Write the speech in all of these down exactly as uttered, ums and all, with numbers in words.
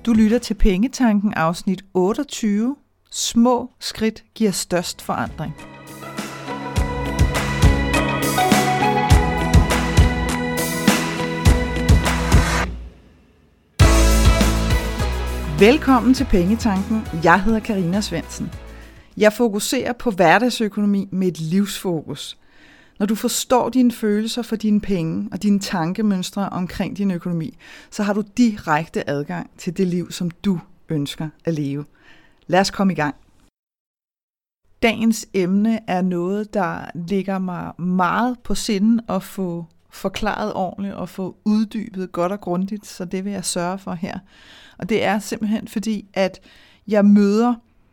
Du lytter til Pengetanken afsnit otteogtyve. Små skridt giver størst forandring. Velkommen til Pengetanken. Jeg hedder Karina Svendsen. Jeg fokuserer på hverdagsøkonomi med et livsfokus. Når du forstår dine følelser for dine penge og dine tankemønstre omkring din økonomi, så har du direkte adgang til det liv, som du ønsker at leve. Lad os komme i gang. Dagens emne er noget, der ligger mig meget på sinde at få forklaret ordentligt og få uddybet godt og grundigt, så det vil jeg sørge for her. Og det er simpelthen fordi, at jeg møder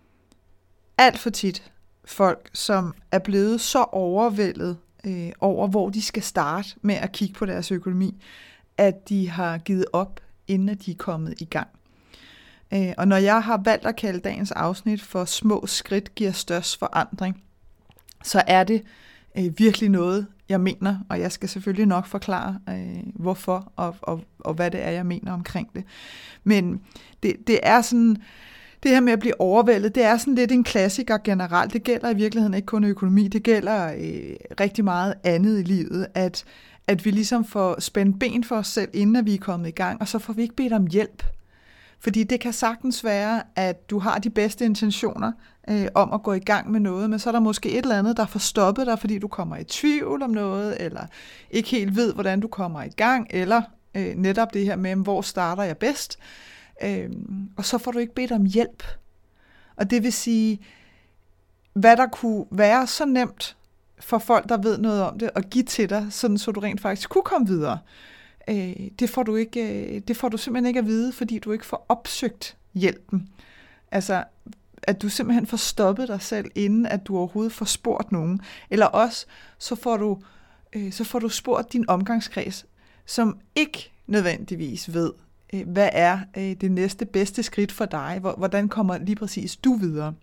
alt for tit folk, som er blevet så overvældet øh, over, hvor de skal starte med at kigge på deres økonomi, at de har givet op, inden de er kommet i gang. Øh, og når jeg har valgt at kalde dagens afsnit for små skridt giver størst forandring, så er det øh, virkelig noget, jeg mener, og jeg skal selvfølgelig nok forklare, øh, hvorfor og, og, og hvad det er, jeg mener omkring det. Men det, det er sådan, det her med at blive overvældet, det er sådan lidt en klassiker generelt. Det gælder i virkeligheden ikke kun økonomi, det gælder øh, rigtig meget andet i livet, at, at vi ligesom får spændt ben for os selv, inden at vi er kommet i gang, og så får vi ikke bedt om hjælp. Fordi det kan sagtens være, at du har de bedste intentioner øh, om at gå i gang med noget, men så er der måske et eller andet, der får stoppet dig, fordi du kommer i tvivl om noget, eller ikke helt ved, hvordan du kommer i gang, eller øh, netop det her med, hvor starter jeg bedst, øh, og så får du ikke bedt om hjælp. Og det vil sige, hvad der kunne være så nemt for folk, der ved noget om det, at give til dig, sådan så du rent faktisk kunne komme videre. Det får du ikke, det får du simpelthen ikke at vide, fordi du ikke får opsøgt hjælpen. Altså, at du simpelthen får stoppet dig selv, inden at du overhovedet får spurgt nogen. Eller også, så får du, så får du spurgt din omgangskreds, som ikke nødvendigvis ved, hvad er det næste bedste skridt for dig. Hvordan kommer lige præcis du videre?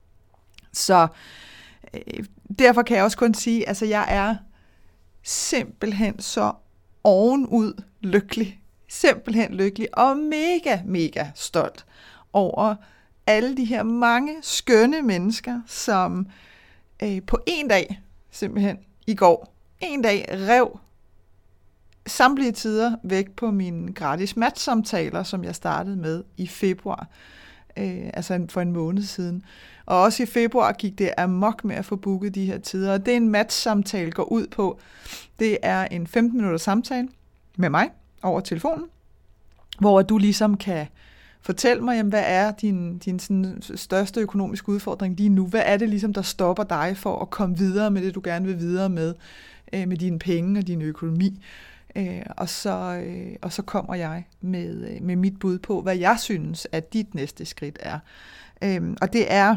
Så derfor kan jeg også kun sige, altså jeg er simpelthen så ovenud lykkelig, simpelthen lykkelig og mega, mega stolt over alle de her mange skønne mennesker, som øh, på en dag, simpelthen i går, en dag rev samtlige tider væk på mine gratis matchsamtaler, som jeg startede med i februar, øh, altså for en måned siden. Og også i februar gik det amok med at få booket de her tider, og det en matchsamtale går ud på, det er en femten minutters samtale med mig over telefonen, hvor du ligesom kan fortælle mig, jamen, hvad er din, din sådan største økonomiske udfordring lige nu? Hvad er det ligesom, der stopper dig for at komme videre med det, du gerne vil videre med, øh, med dine penge og din økonomi? Øh, og, så, øh, og så kommer jeg med, øh, med mit bud på, hvad jeg synes, at dit næste skridt er. Øh, og det er,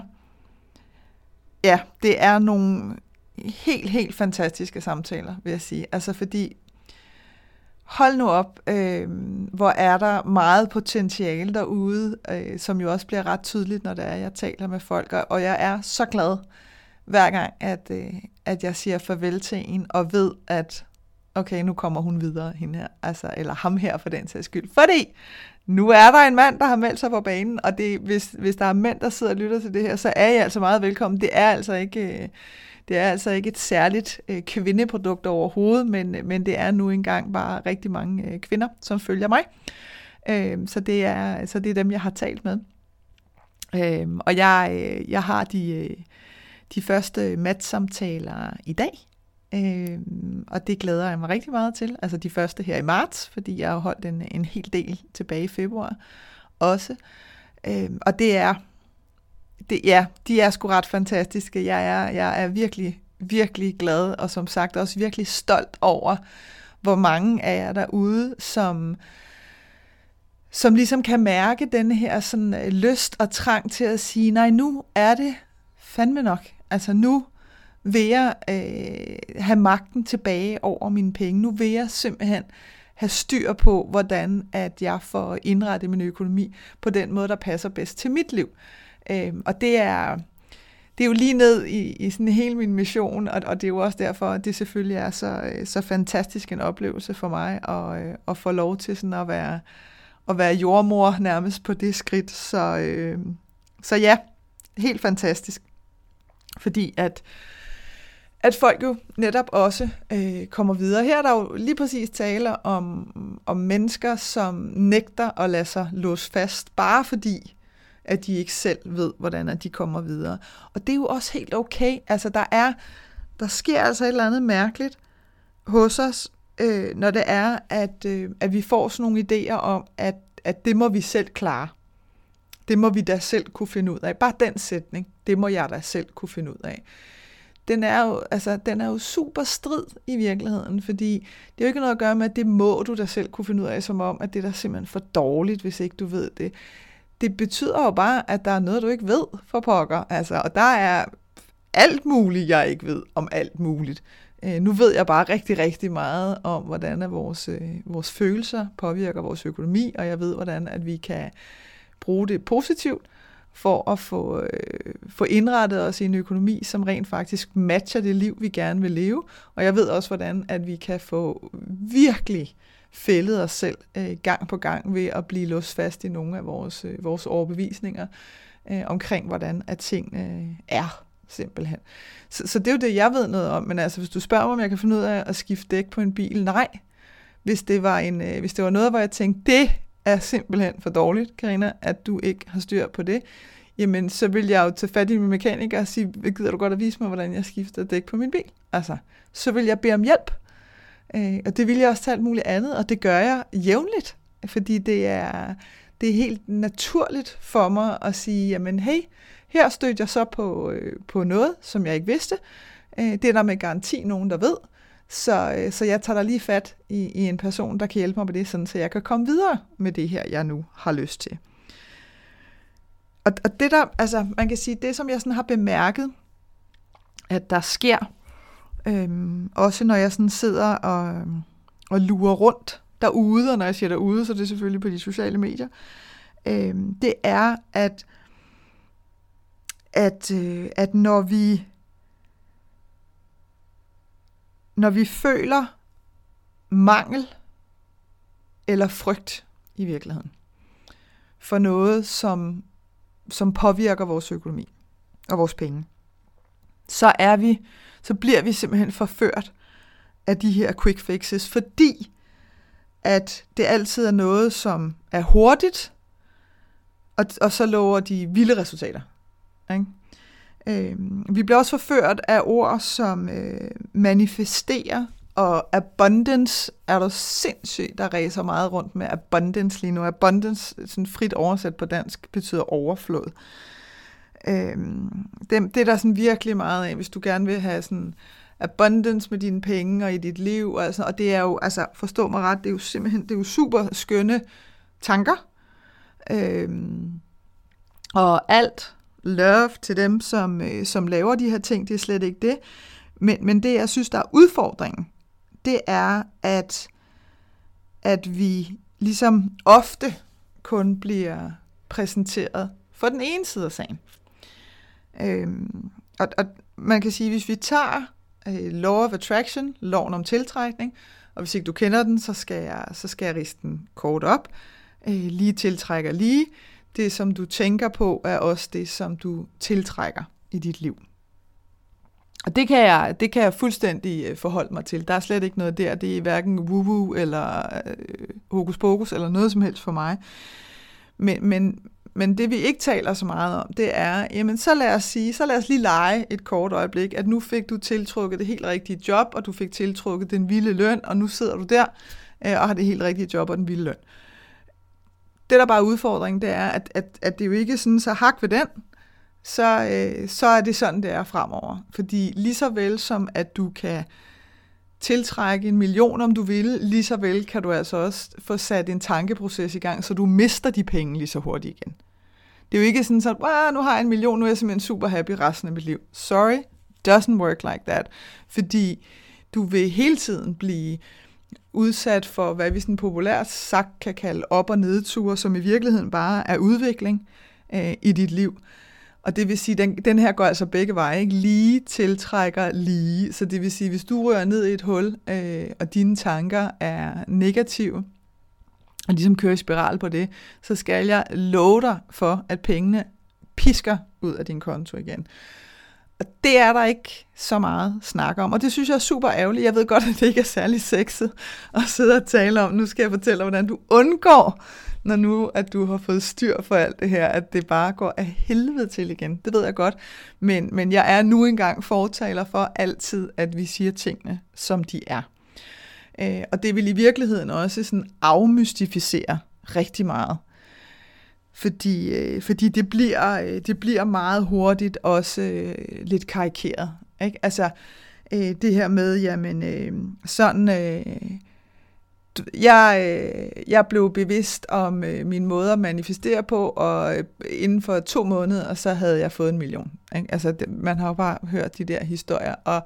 ja, det er nogle helt, helt fantastiske samtaler, vil jeg sige. Altså fordi, hold nu op, øh, hvor er der meget potentiale derude, øh, som jo også bliver ret tydeligt, når det er, jeg taler med folk. Og jeg er så glad hver gang, at, øh, at jeg siger farvel til en, og ved, at okay, nu kommer hun videre, hende her, altså, eller ham her for den sags skyld. Fordi nu er der en mand, der har meldt sig på banen, og det, hvis, hvis der er mænd, der sidder og lytter til det her, så er I altså meget velkommen. Det er altså ikke... Øh, Det er altså ikke et særligt øh, kvindeprodukt overhovedet, men, men det er nu engang bare rigtig mange øh, kvinder, som følger mig. Øh, så, det er, så det er dem, jeg har talt med. Øh, og jeg, øh, jeg har de, øh, de første matchsamtaler i dag, øh, og det glæder jeg mig rigtig meget til. Altså de første her i marts, fordi jeg har holdt en, en hel del tilbage i februar også. Øh, og det er... Det, ja, de er sgu ret fantastiske. Jeg er, jeg er virkelig, virkelig glad, og som sagt også virkelig stolt over, hvor mange af jer derude, som, som ligesom kan mærke den her sådan, lyst og trang til at sige, nej, nu er det fandme nok. Altså nu vil jeg øh, have magten tilbage over mine penge. Nu vil jeg simpelthen have styr på, hvordan at jeg får indrettet min økonomi på den måde, der passer bedst til mit liv. Øhm, og det er, det er jo lige ned i, i sådan hele min mission, og, og det er jo også derfor, at det selvfølgelig er så, så fantastisk en oplevelse for mig, at, at få lov til sådan at være, at være jordmor nærmest på det skridt. Så, øh, så ja, helt fantastisk. Fordi at, at folk jo netop også øh, kommer videre. Her er der jo lige præcis tale om, om mennesker, som nægter at lade sig låse fast, bare fordi at de ikke selv ved, hvordan at de kommer videre. Og det er jo også helt okay. Altså, der er, der sker altså et eller andet mærkeligt hos os, øh, når det er, at, øh, at vi får sådan nogle idéer om, at, at det må vi selv klare. Det må vi da selv kunne finde ud af. Bare den sætning, det må jeg da selv kunne finde ud af. Den er jo, altså, den er jo super strid i virkeligheden, fordi det er jo ikke noget at gøre med, at det må du da selv kunne finde ud af, som om, at det er da simpelthen for dårligt, hvis ikke du ved det. Det betyder jo bare, at der er noget, du ikke ved for pokker. Altså, og der er alt muligt, jeg ikke ved om alt muligt. Øh, nu ved jeg bare rigtig, rigtig meget om, hvordan at vores, øh, vores følelser påvirker vores økonomi, og jeg ved, hvordan at vi kan bruge det positivt for at få, øh, få indrettet os i en økonomi, som rent faktisk matcher det liv, vi gerne vil leve. Og jeg ved også, hvordan at vi kan få virkelig fældet os selv øh, gang på gang ved at blive låst fast i nogle af vores, øh, vores overbevisninger øh, omkring, hvordan at ting øh, er, simpelthen. Så, så det er jo det, jeg ved noget om. Men altså, hvis du spørger mig, om jeg kan finde ud af at skifte dæk på en bil, nej. Hvis det var, en, øh, hvis det var noget, hvor jeg tænkte, det er simpelthen for dårligt, Karina, at du ikke har styr på det, jamen så vil jeg jo tage fat i min mekaniker og sige, gider du godt at vise mig, hvordan jeg skifter dæk på min bil? Altså, så vil jeg bede om hjælp. Øh, og det vil jeg også til alt muligt andet, og det gør jeg jævnligt, fordi det er, det er helt naturligt for mig at sige, jamen hey, her stødte jeg så på, øh, på noget, som jeg ikke vidste. Øh, det er der med garanti nogen, der ved. Så, øh, så jeg tager da lige fat i, i en person, der kan hjælpe mig med det, sådan, så jeg kan komme videre med det her, jeg nu har lyst til. Og, og det der, altså man kan sige, det som jeg sådan har bemærket, at der sker, øhm, også når jeg sådan sidder og, og lurer rundt derude, og når jeg siger derude, så det er selvfølgelig på de sociale medier, øhm, det er, at, at, øh, at når vi når vi føler mangel eller frygt i virkeligheden for noget, som, som påvirker vores økonomi og vores penge, så er vi, så bliver vi simpelthen forført af de her quick fixes, fordi at det altid er noget, som er hurtigt, og, og så lover de vilde resultater. Ikke? Øh, vi bliver også forført af ord som øh, manifestere og abundance. Er der sindssygt, der ræser meget rundt med abundance lige nu. Abundance, sådan frit oversat på dansk, betyder overflod. Øh, det, det er der sådan virkelig meget af, hvis du gerne vil have sådan abundance med dine penge og i dit liv. Og, altså, og det er jo, altså forstå mig ret, det er jo simpelthen, det er jo super skønne tanker. Øh, og alt love til dem, som, øh, som laver de her ting, det er slet ikke det. Men, men det, jeg synes, der er udfordringen, det er, at, at vi ligesom ofte kun bliver præsenteret for den ene side af sagen. Øhm, og, og man kan sige, hvis vi tager øh, Law of Attraction, loven om tiltrækning, og hvis ikke du kender den, så skal jeg, så skal jeg riste den kort op. Øh, lige tiltrækker lige. Det, som du tænker på, er også det, som du tiltrækker i dit liv. Og det kan jeg, det kan jeg fuldstændig forholde mig til. Der er slet ikke noget der. Det er hverken woo-woo eller øh, hokus pokus eller noget som helst for mig. Men, men, men det, vi ikke taler så meget om, det er, jamen så lad os sige, så lad os lige lege et kort øjeblik, at nu fik du tiltrukket det helt rigtige job, og du fik tiltrukket den vilde løn, og nu sidder du der øh, og har det helt rigtige job og den vilde løn. Det, der bare er udfordringen, det er, at, at, at det jo ikke sådan, så hak ved den, så, øh, så er det sådan, det er fremover. Fordi lige så vel som, at du kan tiltrække en million, om du vil, lige så vel kan du altså også få sat en tankeproces i gang, så du mister de penge lige så hurtigt igen. Det er jo ikke sådan, at nu har jeg en million, nu er jeg simpelthen super happy resten af mit liv. Sorry, doesn't work like that. Fordi du vil hele tiden blive udsat for, hvad vi sådan populært sagt kan kalde op- og nedture, som i virkeligheden bare er udvikling øh, i dit liv. Og det vil sige, den, den her går altså begge veje, ikke? Lige tiltrækker lige. Så det vil sige, hvis du rører ned i et hul, øh, og dine tanker er negative, og ligesom kører i spiral på det, så skal jeg love dig for, at pengene pisker ud af din konto igen. Og det er der ikke så meget snak om, og det synes jeg er super ærgerligt. Jeg ved godt, at det ikke er særlig sexet at sidde og tale om. Nu skal jeg fortælle dig, hvordan du undgår, når nu at du har fået styr for alt det her, at det bare går af helvede til igen. Det ved jeg godt, men, men jeg er nu engang fortaler for altid, at vi siger tingene, som de er. Øh, og det vil i virkeligheden også sådan afmystificere rigtig meget. Fordi, øh, fordi det, bliver, øh, det bliver meget hurtigt også øh, lidt karikeret. Ikke? Altså øh, det her med, jamen øh, sådan, øh, jeg, øh, jeg blev bevidst om øh, min måde at manifestere på, og øh, inden for to måneder, så havde jeg fået en million. Ikke? Altså det, man har jo bare hørt de der historier, og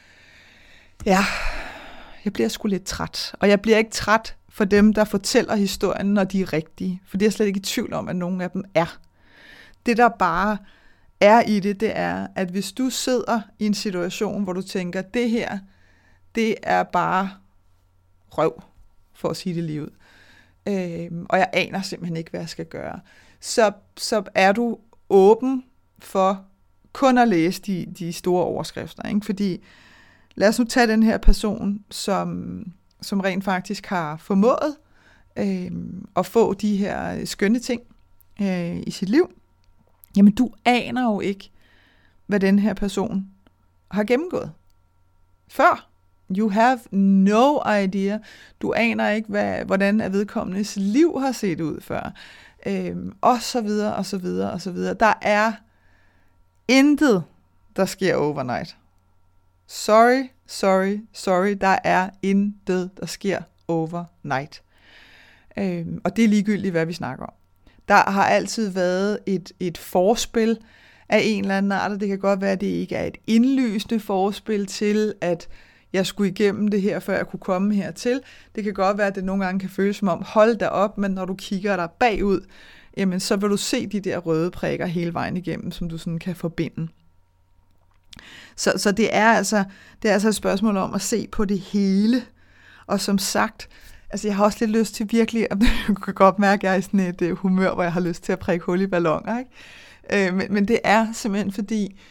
ja, jeg bliver sgu lidt træt. Og jeg bliver ikke træt for dem, der fortæller historien, når de er rigtige. For det er jeg slet ikke i tvivl om, at nogle af dem er. Det, der bare er i det, det er, at hvis du sidder i en situation, hvor du tænker, det her, det er bare røv, for at sige det lige ud. Øhm, og jeg aner simpelthen ikke, hvad jeg skal gøre. Så, så er du åben for kun at læse de, de store overskrifter. Ikke? Fordi lad os nu tage den her person, som, som rent faktisk har formået øh, at få de her skønne ting øh, i sit liv. Jamen, du aner jo ikke, hvad den her person har gennemgået før. You have no idea. Du aner ikke, hvad, hvordan at vedkommendes liv har set ud før. Øh, og så videre, og så videre, og så videre. Der er intet, der sker overnight. Sorry, sorry, sorry, der er intet, der sker overnight. Øhm, og det er ligegyldigt, hvad vi snakker om. Der har altid været et, et forspil af en eller anden art, og det kan godt være, at det ikke er et indlysende forspil til, at jeg skulle igennem det her, før jeg kunne komme hertil. Det kan godt være, at det nogle gange kan føles som om, hold da op, men når du kigger der bagud, jamen, så vil du se de der røde prikker hele vejen igennem, som du sådan kan forbinde. Så, så det er altså det er altså et spørgsmål om at se på det hele. Og som sagt, altså jeg har også lidt lyst til virkelig, og du kan godt mærke, at jeg er i sådan et uh, humør, hvor jeg har lyst til at prikke hul i balloner, ikke? Øh, men, men det er simpelthen fordi,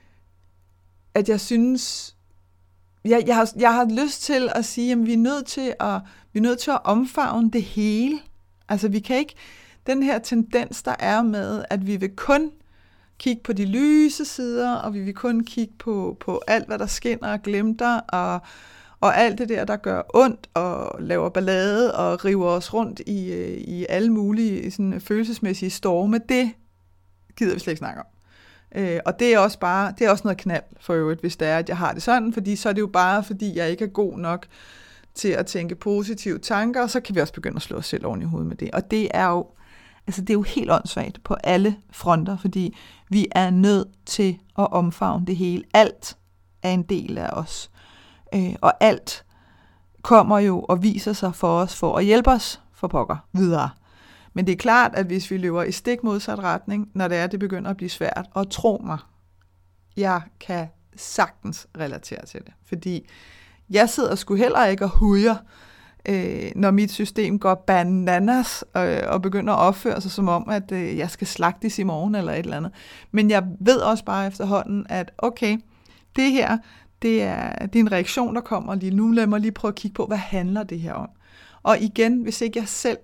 at jeg synes, jeg, jeg, har, jeg har lyst til at sige, at vi er nødt til at, vi er nødt til at omfavne det hele. Altså vi kan ikke, den her tendens, der er med, at vi vil kun kigge på de lyse sider, og vi vil kun kigge på, på alt, hvad der skinner og glimter, og, og alt det der, der gør ondt, og laver ballade, og river os rundt i, i alle mulige sådan, følelsesmæssige storme. Det gider vi slet ikke snakke om. Øh, og det er også bare, det er også noget knald for øvrigt, hvis det er, at jeg har det sådan, fordi så er det jo bare, fordi jeg ikke er god nok til at tænke positive tanker, og så kan vi også begynde at slå os selv oven i hovedet med det. Og det er jo Altså det er jo helt åndssvagt på alle fronter, fordi vi er nødt til at omfavne det hele. Alt er en del af os, øh, og alt kommer jo og viser sig for os for at hjælpe os for pokker videre. Men det er klart, at hvis vi løber i stik modsat retning, når det er, det begynder at blive svært, og tro mig, jeg kan sagtens relatere til det, fordi jeg sidder sgu heller ikke og hujer, Øh, når mit system går bananas øh, og begynder at opføre sig som om, at øh, jeg skal slagtes i morgen eller et eller andet. Men jeg ved også bare efterhånden, at okay, det her, det er, det er en reaktion, der kommer lige nu. Lad mig lige prøve at kigge på, hvad handler det her om? Og igen, hvis ikke jeg selv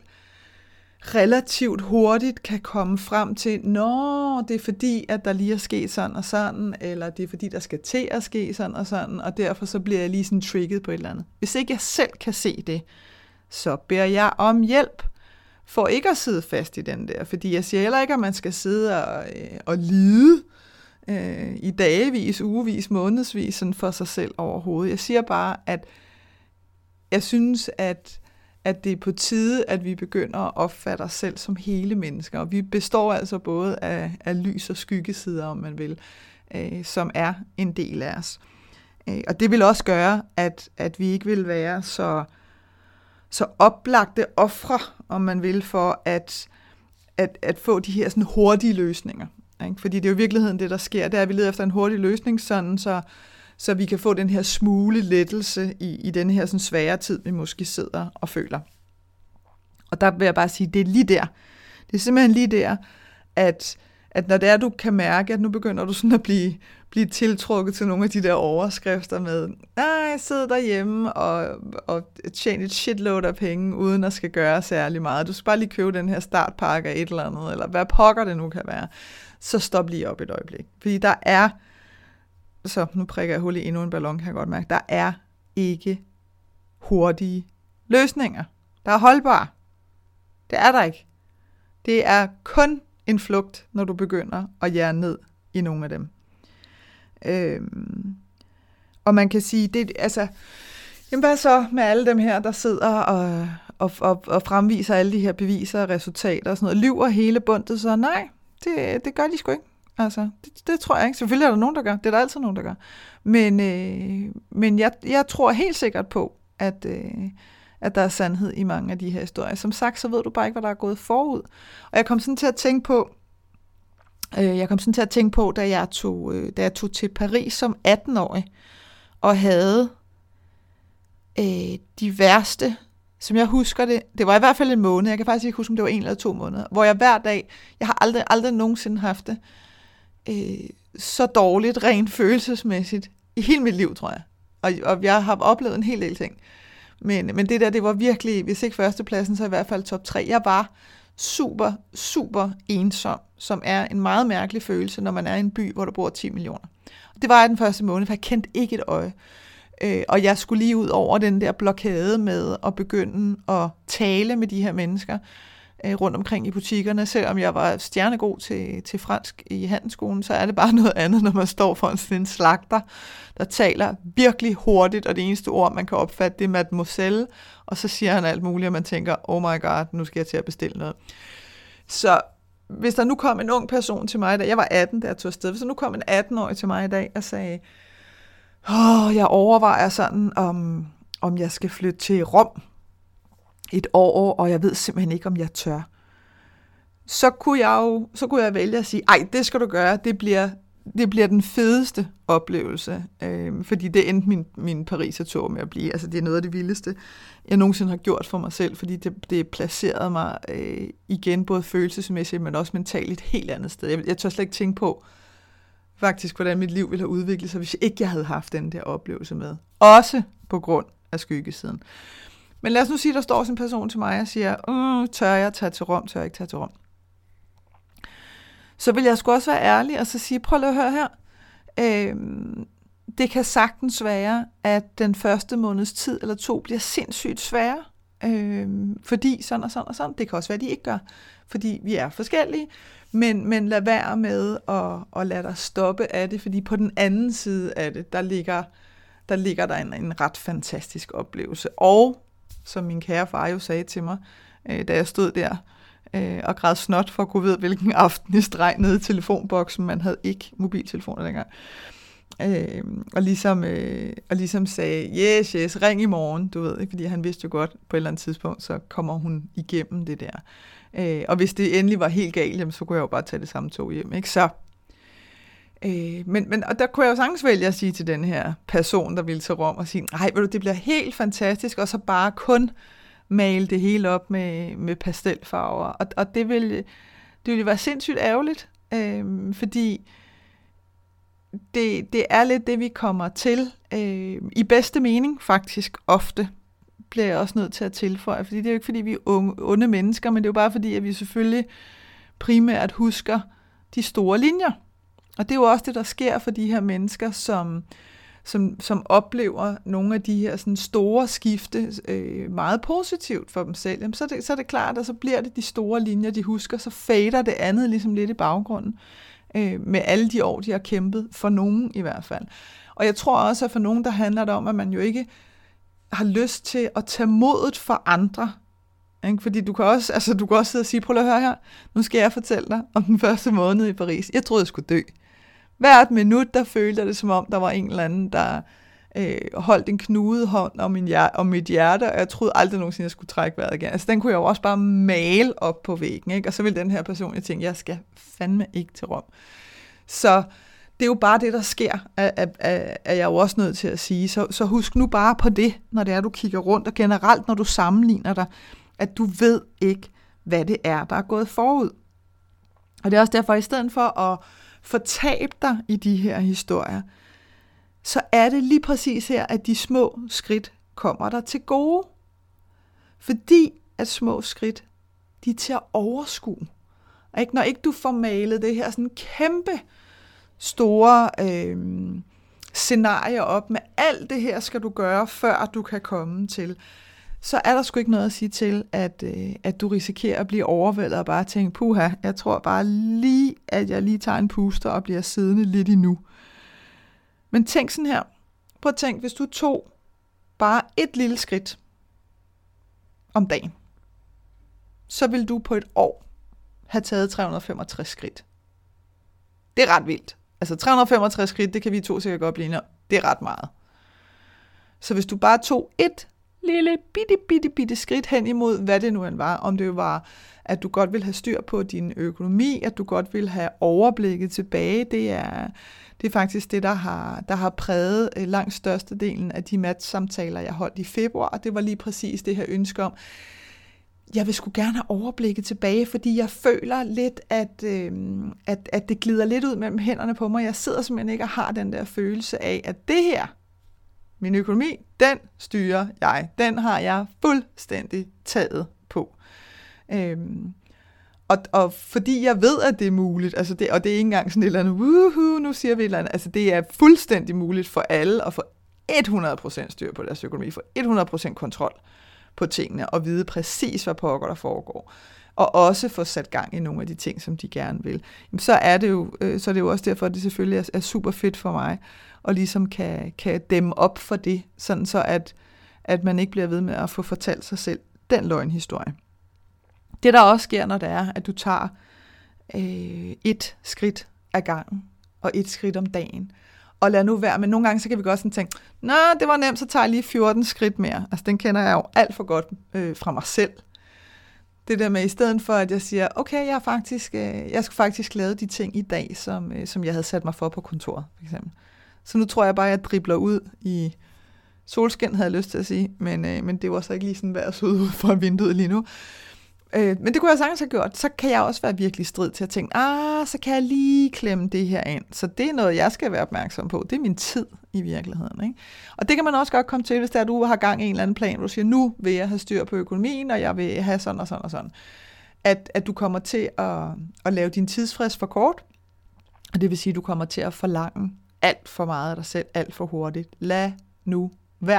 relativt hurtigt kan komme frem til, nå, det er fordi, at der lige er sket sådan og sådan, eller det er fordi, der skal til at ske sådan og sådan, og derfor så bliver jeg lige sådan trigget på et eller andet. Hvis ikke jeg selv kan se det, så beder jeg om hjælp for ikke at sidde fast i den der, fordi jeg siger heller ikke, at man skal sidde og, øh, og lide øh, i dagevis, ugevis, månedsvis sådan for sig selv overhovedet. Jeg siger bare, at jeg synes, at at det er på tide, at vi begynder at opfatte os selv som hele mennesker. Og vi består altså både af, af lys- og skyggesider, om man vil, øh, som er en del af os. Øh, og det vil også gøre, at, at vi ikke vil være så, så oplagte ofre, om man vil, for at, at, at få de her sådan hurtige løsninger. Ikke? Fordi det er jo i virkeligheden det, der sker. Det er, at vi leder efter en hurtig løsning, sådan så så vi kan få den her smule lettelse i, i den her sådan svære tid, vi måske sidder og føler. Og der vil jeg bare sige, det er lige der. Det er simpelthen lige der, at, at når det er, du kan mærke, at nu begynder du sådan at blive, blive tiltrukket til nogle af de der overskrifter med, nej, sid derhjemme og, og tjene et shitload af penge, uden at skal gøre særlig meget. Du skal bare lige købe den her startpakke af et eller andet, eller hvad pokker det nu kan være. Så stop lige op et øjeblik. Fordi der er, så nu prikker jeg hul i endnu en ballon, kan jeg godt mærke, der er ikke hurtige løsninger. Der er holdbare. Det er der ikke. Det er kun en flugt, når du begynder at jære ned i nogle af dem. Øhm, og man kan sige, det, altså, jamen hvad så med alle dem her, der sidder og, og, og, og fremviser alle de her beviser og resultater og sådan noget, lyver hele bundet, så nej, det, det gør de sgu ikke. Altså, det, det tror jeg ikke. Selvfølgelig er der nogen, der gør. Det er der altid nogen, der gør. Men, øh, men jeg, jeg tror helt sikkert på, at, øh, at der er sandhed i mange af de her historier. Som sagt, så ved du bare ikke, hvad der er gået forud. Og jeg kom sådan til at tænke på, øh, jeg kom sådan til at tænke på, da jeg tog, øh, da jeg tog til Paris som atten-årig, og havde øh, de værste, som jeg husker det, det var i hvert fald en måned, jeg kan faktisk ikke huske, om det var en eller to måneder, hvor jeg hver dag, jeg har aldrig, aldrig nogensinde haft det, øh, så dårligt, rent følelsesmæssigt, i hele mit liv, tror jeg. Og, og jeg har oplevet en hel del ting. Men, men det der, det var virkelig, hvis ikke førstepladsen, så i hvert fald top tre. Jeg var super, super ensom, som er en meget mærkelig følelse, når man er i en by, hvor der bor ti millioner. Det var jeg den første måned, for jeg kendte ikke et øje. Øh, og jeg skulle lige ud over den der blokade med at begynde at tale med de her mennesker øh, rundt omkring i butikkerne. Selvom jeg var stjernegod til, til fransk i handelsskolen, så er det bare noget andet, når man står foran sådan en slagter, der taler virkelig hurtigt, og det eneste ord, man kan opfatte, det er mademoiselle, og så siger han alt muligt, og man tænker, oh my god, nu skal jeg til at bestille noget. Så hvis der nu kom en ung person til mig, da jeg var atten, da jeg tog afsted, hvis der nu kom en atten-årig til mig i dag og sagde, åh, oh, jeg overvejer sådan, om, om jeg skal flytte til Rom et år, og jeg ved simpelthen ikke, om jeg tør. Så kunne jeg jo, så kunne jeg vælge at sige, ej, det skal du gøre, det bliver, det bliver den fedeste oplevelse, øh, fordi det endte min, min Paris-tur med at blive, altså det er noget af det vildeste, jeg nogensinde har gjort for mig selv, fordi det, det placerede mig øh, igen, både følelsesmæssigt, men også mentalt et helt andet sted. Jeg, jeg tør slet ikke tænke på, faktisk, hvordan mit liv ville have udviklet sig, hvis ikke jeg havde haft den der oplevelse med. Også på grund af skyggesiden. Men lad os nu sige, der står sådan en person til mig og siger, uh, tør jeg tage til Rom, tør jeg ikke tage til Rom. Så vil jeg sgu også være ærlig og så sige, prøv lige at høre her. Øhm, det kan sagtens være, at den første måneds tid eller to bliver sindssygt svære. Øhm, fordi sådan og sådan og sådan. Det kan også være, at de ikke gør. Fordi vi er forskellige. Men, men lad være med at, at lade dig stoppe af det, fordi på den anden side af det, der ligger der, ligger der en, en ret fantastisk oplevelse. Og, som min kære far jo sagde til mig, øh, da jeg stod der øh, og græd snot for at kunne vide, hvilken aften i streg nede i telefonboksen, man havde ikke mobiltelefoner dengang, øh, og, ligesom, øh, og ligesom sagde, yes, yes, ring i morgen, du ved, ikke? Fordi han vidste jo godt, på et eller andet tidspunkt, så kommer hun igennem det der. Øh, og hvis det endelig var helt galt, jamen, så kunne jeg jo bare tage det samme tog hjem, ikke? Så, øh, men, men og der kunne jeg jo sagtens vælge at sige til den her person, der ville til Rom, og sige, nej, det bliver helt fantastisk, og så bare kun male det hele op med, med pastelfarver. Og, og det ville, det ville være sindssygt ærgerligt, øh, fordi det, det er lidt det, vi kommer til, øh, i bedste mening faktisk ofte, bliver jeg også nødt til at tilføje, fordi det er jo ikke, fordi vi er unge, onde mennesker, men det er jo bare fordi, at vi selvfølgelig primært husker de store linjer. Og det er jo også det, der sker for de her mennesker, som, som, som oplever nogle af de her sådan store skifte øh, meget positivt for dem selv. Jamen, så, er det, så er det klart, at så bliver det de store linjer, de husker, så fader det andet ligesom lidt i baggrunden, øh, med alle de år, de har kæmpet, for nogen i hvert fald. Og jeg tror også, at for nogen, der handler det om, at man jo ikke har lyst til at tage modet for andre. Ikke? Fordi du kan også, altså du kan også sidde og sige, prøv at høre her, nu skal jeg fortælle dig om den første måned i Paris. Jeg troede, jeg skulle dø. Hvert minut, der følte jeg det, som om der var en eller anden, der øh, holdt en knudet hånd om, min hjer- om mit hjerte, og jeg troede aldrig nogensinde, jeg skulle trække vejret igen. Altså den kunne jeg jo også bare male op på væggen, ikke? Og så ville den her person, jeg tænkte, jeg skal fandme ikke til Rom. Så det er jo bare det, der sker, er, er, er jeg jo også nødt til at sige. Så, så husk nu bare på det, når det er, du kigger rundt, og generelt, når du sammenligner dig at du ved ikke, hvad det er, der er gået forud. Og det er også derfor, at i stedet for at fortabe dig i de her historier, så er det lige præcis her, at de små skridt kommer der til gode. Fordi at små skridt, de er til at overskue. Ikke? Når ikke du får malet det her sådan kæmpe store øh, scenarier op med alt det her skal du gøre, før du kan komme til, så er der sgu ikke noget at sige til, at, øh, at du risikerer at blive overvældet og bare tænke, puha, jeg tror bare lige, at jeg lige tager en puster og bliver siddende lidt endnu. Men tænk sådan her. Prøv at tænk, hvis du tog bare et lille skridt om dagen, så vil du på et år have taget tre hundrede og femogtres skridt. Det er ret vildt. Altså tre hundrede og femogtres skridt, det kan vi to sikkert godt blive enige om. Det er ret meget. Så hvis du bare tog et lille bitte, bitte, bitte skridt hen imod, hvad det nu end var, om det var, at du godt vil have styr på din økonomi, at du godt vil have overblikket tilbage, det er, det er faktisk det, der har, der har præget langt størstedelen af de matchsamtaler, jeg holdt i februar, og det var lige præcis det her ønske om, jeg vil sgu gerne have overblikket tilbage, fordi jeg føler lidt, at, øh, at, at det glider lidt ud mellem hænderne på mig. Jeg sidder simpelthen ikke og har den der følelse af, at det her, min økonomi, den styrer jeg. Den har jeg fuldstændig taget på. Øhm, og, og fordi jeg ved, at det er muligt, altså det, og det er ikke engang sådan et eller andet, woohoo, nu siger vi et eller andet, altså det er fuldstændig muligt for alle at få hundrede procent styr på deres økonomi, få hundrede procent kontrol på tingene, og vide præcis, hvad pokker der foregår, og også få sat gang i nogle af de ting, som de gerne vil. Jamen, så er det jo, øh, så er det jo også derfor, at det selvfølgelig er, er super fedt for mig, og ligesom kan, kan dæmme op for det, sådan så at, at man ikke bliver ved med at få fortalt sig selv den løgnhistorie. Det der også sker, når det er, at du tager øh, et skridt ad gangen, og et skridt om dagen, og lad nu være, men nogle gange så kan vi godt sådan tænke, nå, det var nemt, så tager jeg lige fjorten skridt mere. Altså den kender jeg jo alt for godt øh, fra mig selv. Det der med, i stedet for at jeg siger, okay, jeg har faktisk, øh, jeg skal faktisk lave de ting i dag, som, øh, som jeg havde sat mig for på kontoret, for eksempel. Så nu tror jeg bare, at jeg dribler ud i solskin, havde jeg lyst til at sige, men, øh, men det var så ikke lige sådan vejrs ud fra vinduet lige nu. Øh, men det kunne jeg sagtens have gjort. Så kan jeg også være virkelig strid til at tænke, ah, så kan jeg lige klemme det her ind. Så det er noget, jeg skal være opmærksom på. Det er min tid i virkeligheden. Ikke? Og det kan man også godt komme til, hvis der du har gang i en eller anden plan, hvor du siger, nu vil jeg have styr på økonomien, og jeg vil have sådan og sådan og sådan. At, at du kommer til at, at lave din tidsfrist for kort, og det vil sige, at du kommer til at forlange alt for meget af dig selv, alt for hurtigt. Lad nu være.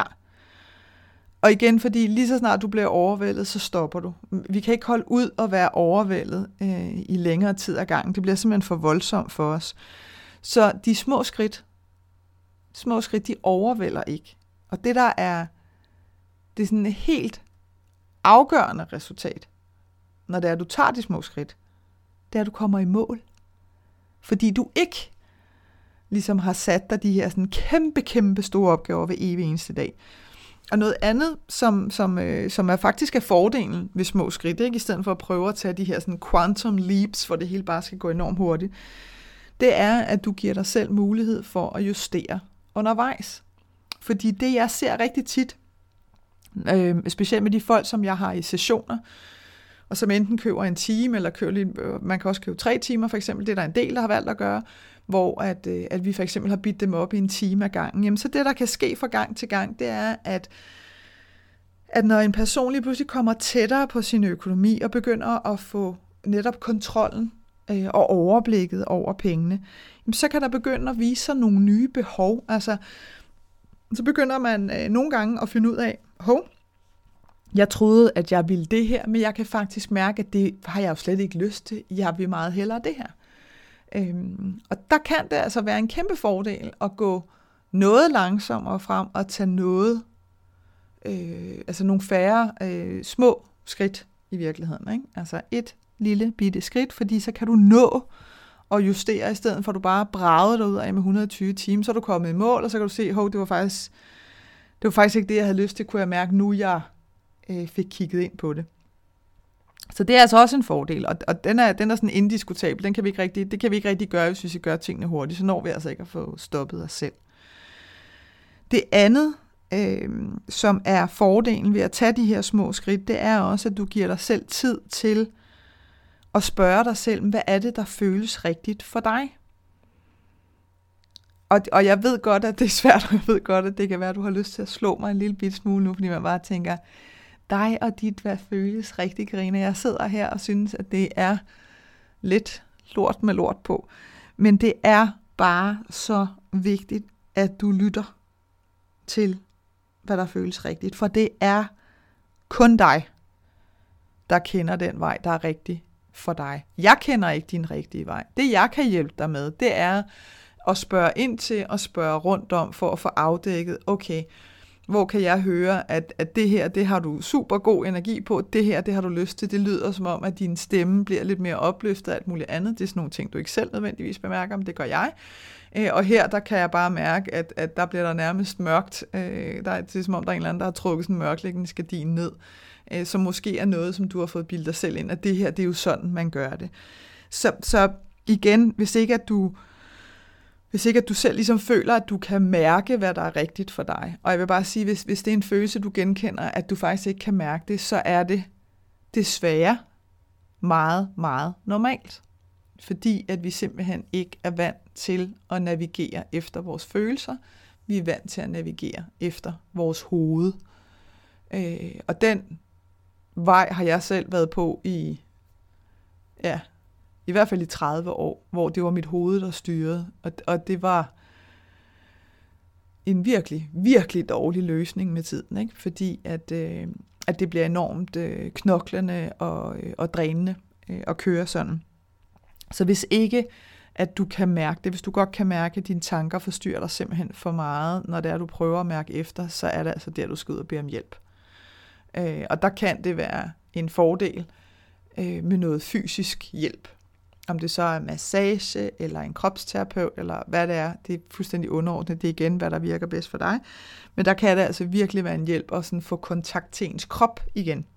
Og igen, fordi lige så snart du bliver overvældet, så stopper du. Vi kan ikke holde ud og være overvældet øh, i længere tid ad gangen. Det bliver simpelthen for voldsomt for os. Så de små skridt, små skridt, de overvælder ikke. Og det der er, det er sådan et helt afgørende resultat, når det er, at du tager de små skridt, det er, at du kommer i mål. Fordi du ikke ligesom har sat dig de her sådan kæmpe, kæmpe store opgaver ved evig eneste dag. Og noget andet, som, som, øh, som er faktisk er fordelen ved små skridt, ikke? I stedet for at prøve at tage de her sådan quantum leaps, hvor det hele bare skal gå enormt hurtigt, det er, at du giver dig selv mulighed for at justere undervejs. Fordi det, jeg ser rigtig tit, øh, specielt med de folk, som jeg har i sessioner, og som enten køber en time, eller køber lidt, øh, man kan også købe tre timer for eksempel, det er der en del, der har valgt at gøre, hvor at, øh, at vi for eksempel har bidt dem op i en time ad gangen. Jamen så det, der kan ske fra gang til gang, det er, at, at når en person lige pludselig kommer tættere på sin økonomi, og begynder at få netop kontrollen øh, og overblikket over pengene, jamen, så kan der begynde at vise sig nogle nye behov. Altså, så begynder man øh, nogle gange at finde ud af, hov, jeg troede, at jeg ville det her, men jeg kan faktisk mærke, at det har jeg jo slet ikke lyst til. Jeg vil meget hellere det her. Øhm, og der kan det altså være en kæmpe fordel at gå noget langsommere frem og tage noget, øh, altså nogle færre øh, små skridt i virkeligheden. Ikke? Altså et lille bitte skridt, fordi så kan du nå at justere, i stedet for at du bare bragede dig ud af med et hundrede og tyve timer, så er du kommet i mål, og så kan du se, hov, det var faktisk, det var faktisk ikke det, jeg havde lyst til, kunne jeg mærke, nu jeg øh, fik kigget ind på det. Så det er altså også en fordel, og, og den, er, den er sådan indiskutabel, den kan vi ikke rigtig, det kan vi ikke rigtig gøre, hvis vi gør tingene hurtigt, så når vi altså ikke at få stoppet os selv. Det andet, øh, som er fordelen ved at tage de her små skridt, det er også, at du giver dig selv tid til at spørge dig selv, hvad er det, der føles rigtigt for dig? Og, og jeg ved godt, at det er svært, og jeg ved godt, at det kan være, at du har lyst til at slå mig en lille bit smule nu, fordi man bare tænker, dig og dit, hvad føles rigtigt, Karina? Jeg sidder her og synes, at det er lidt lort med lort på. Men det er bare så vigtigt, at du lytter til, hvad der føles rigtigt. For det er kun dig, der kender den vej, der er rigtig for dig. Jeg kender ikke din rigtige vej. Det, jeg kan hjælpe dig med, det er at spørge ind til og spørge rundt om, for at få afdækket, okay, hvor kan jeg høre, at, at det her, det har du super god energi på, det her, det har du lyst til, det lyder som om, at din stemme bliver lidt mere opløftet af alt muligt andet. Det er sådan nogle ting, du ikke selv nødvendigvis bemærker, men det gør jeg. Og her, der kan jeg bare mærke, at, at der bliver der nærmest mørkt. Der er, det er som om, der er en eller anden, der har trukket sådan en mørklægningsgardin ned, som måske er noget, som du har fået bildet dig selv ind, at det her, det er jo sådan, man gør det. Så, så igen, hvis ikke at du Hvis ikke at du selv ligesom føler, at du kan mærke, hvad der er rigtigt for dig. Og jeg vil bare sige, hvis, hvis det er en følelse, du genkender, at du faktisk ikke kan mærke det, så er det desværre meget, meget normalt. Fordi at vi simpelthen ikke er vant til at navigere efter vores følelser. Vi er vant til at navigere efter vores hoved. Øh, og den vej har jeg selv været på i, ja, i hvert fald i tredive år, hvor det var mit hoved, der styrede. Og, og det var en virkelig, virkelig dårlig løsning med tiden, ikke? Fordi at, øh, at det bliver enormt øh, knoklende og, øh, og drænende øh, at køre sådan. Så hvis ikke, at du kan mærke det, hvis du godt kan mærke, at dine tanker forstyrrer dig simpelthen for meget, når det er, du prøver at mærke efter, så er det altså der, du skal ud og bede om hjælp. Øh, og der kan det være en fordel øh, med noget fysisk hjælp. Om det så er massage, eller en kropsterapeut, eller hvad det er, det er fuldstændig underordnet. Det er igen, hvad der virker bedst for dig. Men der kan det altså virkelig være en hjælp at sådan få kontakt til ens krop igen.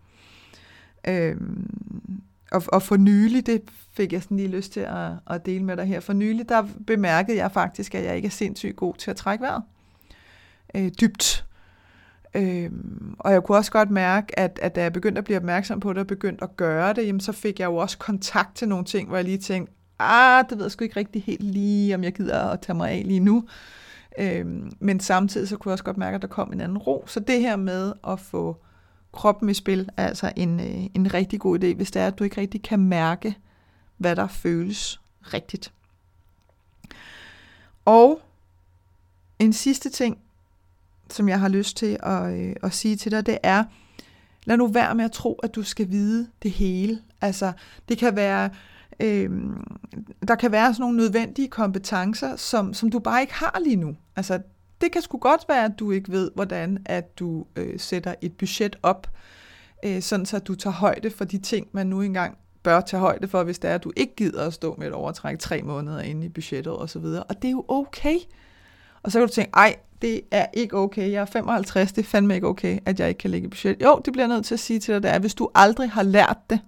Øhm, og, og for nylig, det fik jeg sådan lige lyst til at, at dele med dig her. For nylig, der bemærkede jeg faktisk, at jeg ikke er sindssygt god til at trække vejret. Øh, dybt. Øhm, og jeg kunne også godt mærke, at, at da jeg begyndte at blive opmærksom på det, og begyndte at gøre det, jamen, så fik jeg jo også kontakt til nogle ting, hvor jeg lige tænkte, ah, det ved jeg sgu ikke rigtig helt lige, om jeg gider at tage mig af lige nu. Øhm, men samtidig så kunne jeg også godt mærke, at der kom en anden ro. Så det her med at få kroppen i spil, er altså en, øh, en rigtig god idé, hvis det er, at du ikke rigtig kan mærke, hvad der føles rigtigt. Og en sidste ting, som jeg har lyst til at, øh, at sige til dig, det er, lad nu være med at tro, at du skal vide det hele. Altså, det kan være, øh, der kan være sådan nogle nødvendige kompetencer, som, som du bare ikke har lige nu. Altså, det kan sgu godt være, at du ikke ved, hvordan at du øh, sætter et budget op, øh, sådan så at du tager højde for de ting, man nu engang bør tage højde for, hvis det er, at du ikke gider at stå med et overtræk tre måneder inde i budgettet og så videre. Og det er jo okay. Og så kan du tænke, ej, det er ikke okay, jeg er femoghalvtreds, det er fandme ikke okay, at jeg ikke kan lægge i budget. Jo, det bliver jeg nødt til at sige til dig, det er, hvis du aldrig har lært det,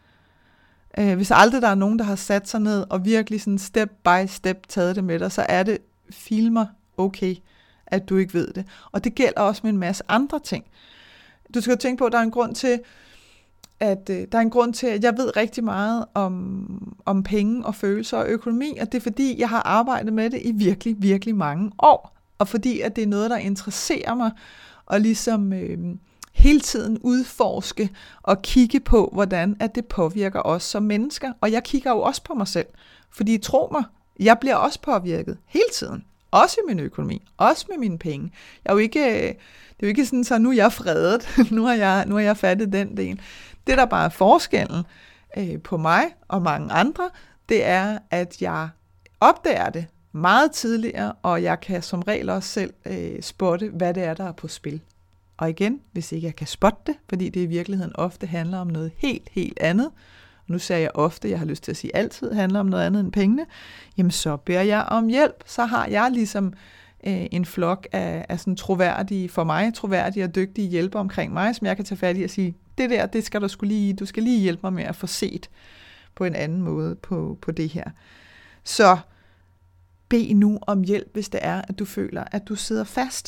øh, hvis aldrig der er nogen, der har sat sig ned og virkelig sådan step by step taget det med dig, så er det filmer okay, at du ikke ved det. Og det gælder også med en masse andre ting. Du skal jo tænke på, at der er en grund til, at øh, der er en grund til, at jeg ved rigtig meget om, om penge og følelser og økonomi, og det er fordi, jeg har arbejdet med det i virkelig, virkelig mange år. Og fordi, at det er noget, der interesserer mig, og ligesom øh, hele tiden udforske og kigge på, hvordan at det påvirker os som mennesker. Og jeg kigger jo også på mig selv, fordi tro mig, jeg bliver også påvirket hele tiden. Også i min økonomi, også med mine penge. Jeg er jo ikke, det er jo ikke sådan, så nu er jeg fredet, nu har jeg, nu har jeg fattet den del. Det, der bare er forskellen øh, på mig og mange andre, det er, at jeg opdager det meget tidligere, og jeg kan som regel også selv øh, spotte, hvad det er, der er på spil. Og igen, hvis ikke jeg kan spotte det, fordi det i virkeligheden ofte handler om noget helt, helt andet, og nu sagde jeg ofte, jeg har lyst til at sige altid, handler om noget andet end pengene, jamen så beder jeg om hjælp. Så har jeg ligesom øh, en flok af, af sådan troværdige, for mig troværdige og dygtige hjælpere omkring mig, som jeg kan tage fat i og sige, det der, det skal du skulle lige, du skal lige hjælpe mig med at få set på en anden måde på, på det her. Så bed nu om hjælp, hvis det er, at du føler, at du sidder fast.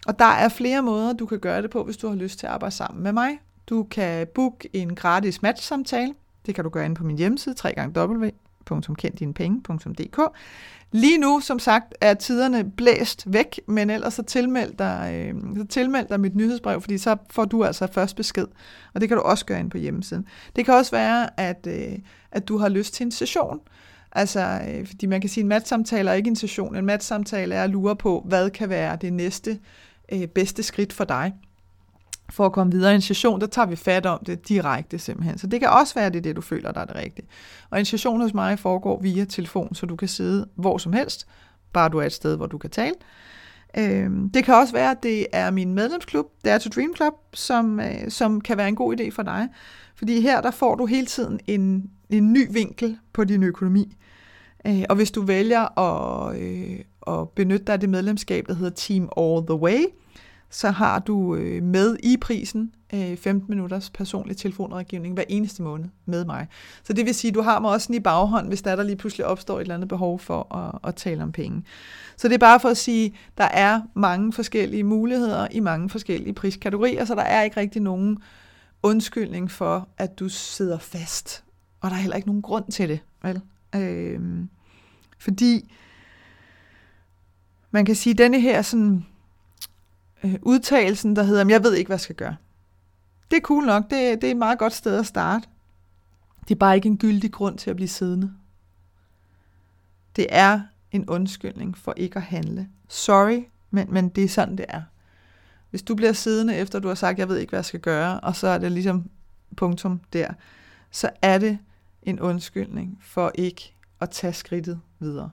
Og der er flere måder, du kan gøre det på, hvis du har lyst til at arbejde sammen med mig. Du kan booke en gratis matchsamtale. Det kan du gøre inde på min hjemmeside, w w w punktum kend dine penge punktum d k. Lige nu, som sagt, er tiderne blæst væk, men ellers så tilmeld dig, øh, så tilmeld dig mit nyhedsbrev, fordi så får du altså først besked, og det kan du også gøre inde på hjemmesiden. Det kan også være, at, øh, at du har lyst til en session, altså, øh, fordi man kan sige, at en matchsamtale er ikke en session. En matchsamtale er at lure på, hvad kan være det næste øh, bedste skridt for dig. For at komme videre i en session, der tager vi fat om det direkte simpelthen. Så det kan også være, det er det, du føler, der er det rigtige. Og en session hos mig foregår via telefon, så du kan sidde hvor som helst, bare du er et sted, hvor du kan tale. Det kan også være, at det er min medlemsklub, Dare to Dream Club, som, som kan være en god idé for dig. Fordi her, der får du hele tiden en, en ny vinkel på din økonomi. Og hvis du vælger at, at benytte dig af det medlemskab, der hedder Team All the Way, så har du øh, med i prisen øh, femten minutters personlig telefonrådgivning hver eneste måned med mig. Så det vil sige, at du har mig også sådan i baghånd, hvis der, der lige pludselig opstår et eller andet behov for at, at tale om penge. Så det er bare for at sige, at der er mange forskellige muligheder i mange forskellige priskategorier, så der er ikke rigtig nogen undskyldning for, at du sidder fast. Og der er heller ikke nogen grund til det, vel? Øh, fordi man kan sige, at denne her sådan udtalelsen, der hedder, jeg ved ikke, hvad jeg skal gøre. Det er cool nok, det, det er et meget godt sted at starte. Det er bare ikke en gyldig grund til at blive siddende. Det er en undskyldning for ikke at handle. Sorry, men, men det er sådan, det er. Hvis du bliver siddende, efter du har sagt, jeg ved ikke, hvad jeg skal gøre, og så er det ligesom punktum der, så er det en undskyldning for ikke at tage skridtet videre.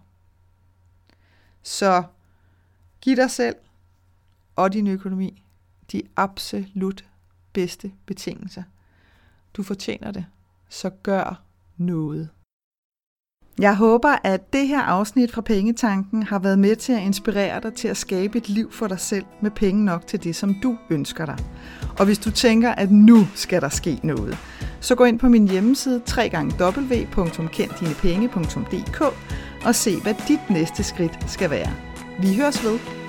Så giv dig selv og din økonomi de absolut bedste betingelser. Du fortjener det, så gør noget. Jeg håber, at det her afsnit fra Pengetanken har været med til at inspirere dig til at skabe et liv for dig selv med penge nok til det, som du ønsker dig. Og hvis du tænker, at nu skal der ske noget, så gå ind på min hjemmeside w w w punktum kend dine penge punktum d k og se, hvad dit næste skridt skal være. Vi høres ved.